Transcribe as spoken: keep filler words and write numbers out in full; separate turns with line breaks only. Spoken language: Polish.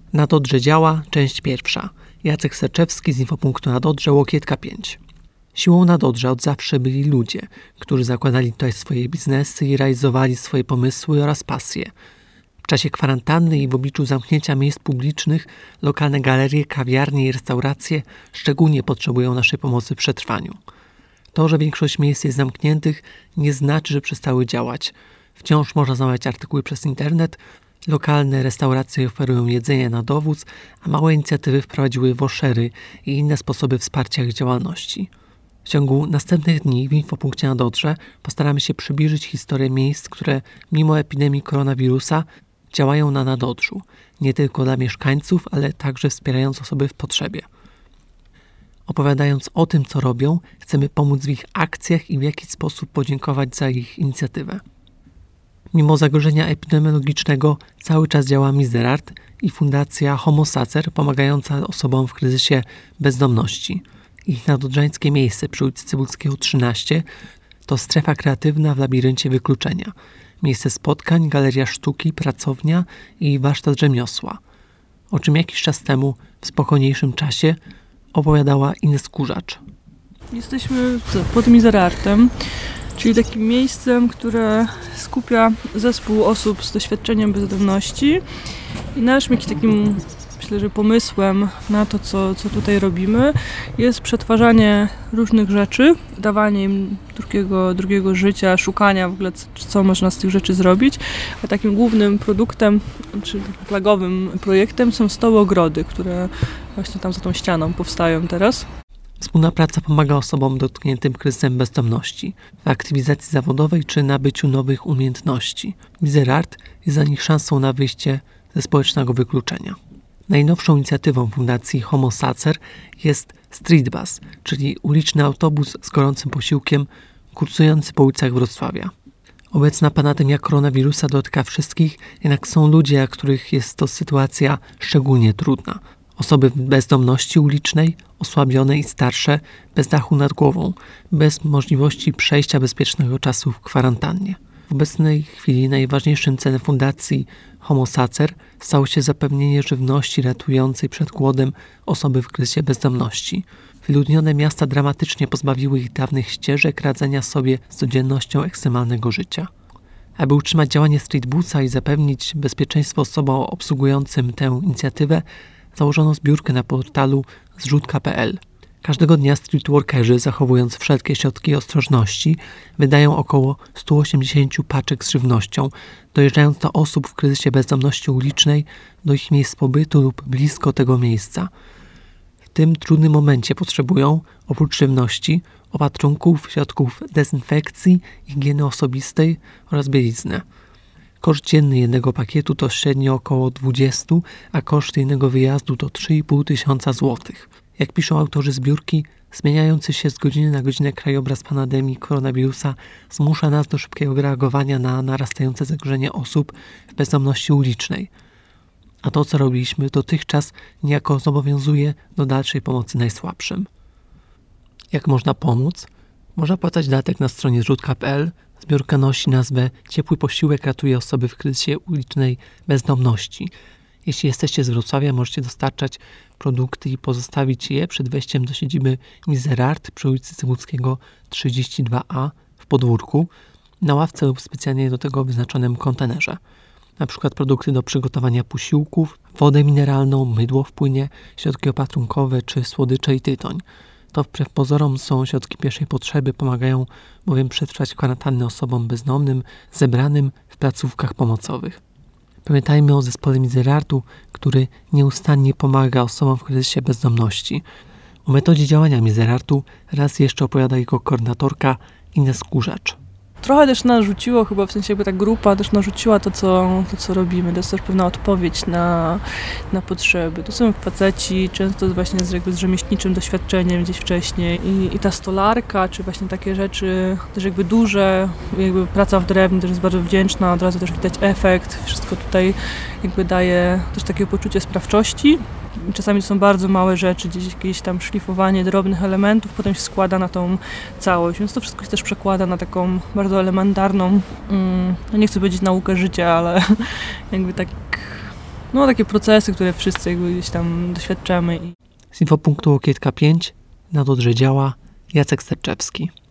Na Dodrze działa, część pierwsza. Jacek Serczewski z Infopunktu na Dodrze, Łokietka pięć. Siłą na Dodrze od zawsze byli ludzie, którzy zakładali tutaj swoje biznesy i realizowali swoje pomysły oraz pasje. W czasie kwarantanny i w obliczu zamknięcia miejsc publicznych lokalne galerie, kawiarnie i restauracje szczególnie potrzebują naszej pomocy w przetrwaniu. To, że większość miejsc jest zamkniętych, nie znaczy, że przestały działać. Wciąż można zamawiać artykuły przez internet, lokalne restauracje oferują jedzenie na dowóz, a małe inicjatywy wprowadziły vouchery i inne sposoby wsparcia ich działalności. W ciągu następnych dni w Infopunkcie na Dodrze postaramy się przybliżyć historię miejsc, które mimo epidemii koronawirusa działają na Nadodrzu, nie tylko dla mieszkańców, ale także wspierając osoby w potrzebie. Opowiadając o tym, co robią, chcemy pomóc w ich akcjach i w jakiś sposób podziękować za ich inicjatywę. Mimo zagrożenia epidemiologicznego cały czas działa Miserart i Fundacja Homo Sacer pomagająca osobom w kryzysie bezdomności. Ich nadodrzańskie miejsce przy ulicy Cybulskiego trzynaście to strefa kreatywna w labiryncie wykluczenia. Miejsce spotkań, galeria sztuki, pracownia i warsztat rzemiosła. O czym jakiś czas temu, w spokojniejszym czasie, opowiadała Ines Kurzacz.
Jesteśmy pod Miserartem, czyli takim miejscem, które skupia zespół osób z doświadczeniem bezdomności i naszym jakimś takim, myślę, że pomysłem na to, co, co tutaj robimy, jest przetwarzanie różnych rzeczy, dawanie im drugiego, drugiego życia, szukania w ogóle, co można z tych rzeczy zrobić. A takim głównym produktem, czy flagowym projektem są stoły ogrody, które właśnie tam za tą ścianą powstają teraz.
Wspólna praca pomaga osobom dotkniętym kryzysem bezdomności w aktywizacji zawodowej czy nabyciu nowych umiejętności. Miserart jest dla nich szansą na wyjście ze społecznego wykluczenia. Najnowszą inicjatywą Fundacji Homo Sacer jest Street Bus, czyli uliczny autobus z gorącym posiłkiem kursujący po ulicach Wrocławia. Obecna pandemia koronawirusa dotyka wszystkich, jednak są ludzie, dla których jest to sytuacja szczególnie trudna. Osoby w bezdomności ulicznej, osłabione i starsze, bez dachu nad głową, bez możliwości przejścia bezpiecznego czasu w kwarantannie. W obecnej chwili najważniejszym celem Fundacji Homo Sacer stało się zapewnienie żywności ratującej przed głodem osoby w kryzysie bezdomności. Wyludnione miasta dramatycznie pozbawiły ich dawnych ścieżek radzenia sobie z codziennością ekstremalnego życia. Aby utrzymać działanie streetbusa i zapewnić bezpieczeństwo osobom obsługującym tę inicjatywę, założono zbiórkę na portalu zrzut kropka pe el. Każdego dnia streetworkerzy, zachowując wszelkie środki ostrożności, wydają około sto osiemdziesiąt paczek z żywnością, dojeżdżając do osób w kryzysie bezdomności ulicznej, do ich miejsc pobytu lub blisko tego miejsca. W tym trudnym momencie potrzebują, oprócz żywności, opatrunków, środków dezynfekcji, higieny osobistej oraz bieliznę. Koszt dzienny jednego pakietu to średnio około dwadzieścia, a koszt jednego wyjazdu to trzy i pół tysiąca złotych. Jak piszą autorzy zbiórki, zmieniający się z godziny na godzinę krajobraz pandemii koronawirusa zmusza nas do szybkiego reagowania na narastające zagrożenie osób w bezdomności ulicznej. A to, co robiliśmy dotychczas, niejako zobowiązuje do dalszej pomocy najsłabszym. Jak można pomóc? Można płacać datek na stronie zrzut kropka pe el. Zbiórka nosi nazwę Ciepły posiłek ratuje osoby w kryzysie ulicznej bezdomności. Jeśli jesteście z Wrocławia, możecie dostarczać produkty i pozostawić je przed wejściem do siedziby Miserart przy ulicy Cybulskiego trzydzieści dwa a w Podwórku, na ławce lub specjalnie do tego wyznaczonym kontenerze. Na przykład produkty do przygotowania posiłków, wodę mineralną, mydło w płynie, środki opatrunkowe czy słodycze i tytoń. To wbrew pozorom są środki pierwszej potrzeby, pomagają bowiem przetrwać kwarantannę osobom bezdomnym, zebranym w placówkach pomocowych. Pamiętajmy o zespole Miserartu, który nieustannie pomaga osobom w kryzysie bezdomności. O metodzie działania Miserartu raz jeszcze opowiada jego koordynatorka Ines Kurzacz.
Trochę też narzuciło, chyba w sensie jakby ta grupa też narzuciła to, co, to, co robimy. To jest też pewna odpowiedź na, na potrzeby. To są faceci, często właśnie z, jakby z rzemieślniczym doświadczeniem gdzieś wcześniej. I, I ta stolarka, czy właśnie takie rzeczy też jakby duże, jakby praca w drewnie też jest bardzo wdzięczna, od razu też widać efekt. Wszystko tutaj jakby daje też takie poczucie sprawczości. Czasami to są bardzo małe rzeczy, gdzieś jakieś tam szlifowanie drobnych elementów, potem się składa na tą całość, więc to wszystko się też przekłada na taką bardzo elementarną, mm, no nie chcę powiedzieć naukę życia, ale jakby tak No takie procesy, które wszyscy jakby gdzieś tam doświadczamy.
Z Infopunktu Łokietka pięć na Dodrze działa Jacek Sterczewski.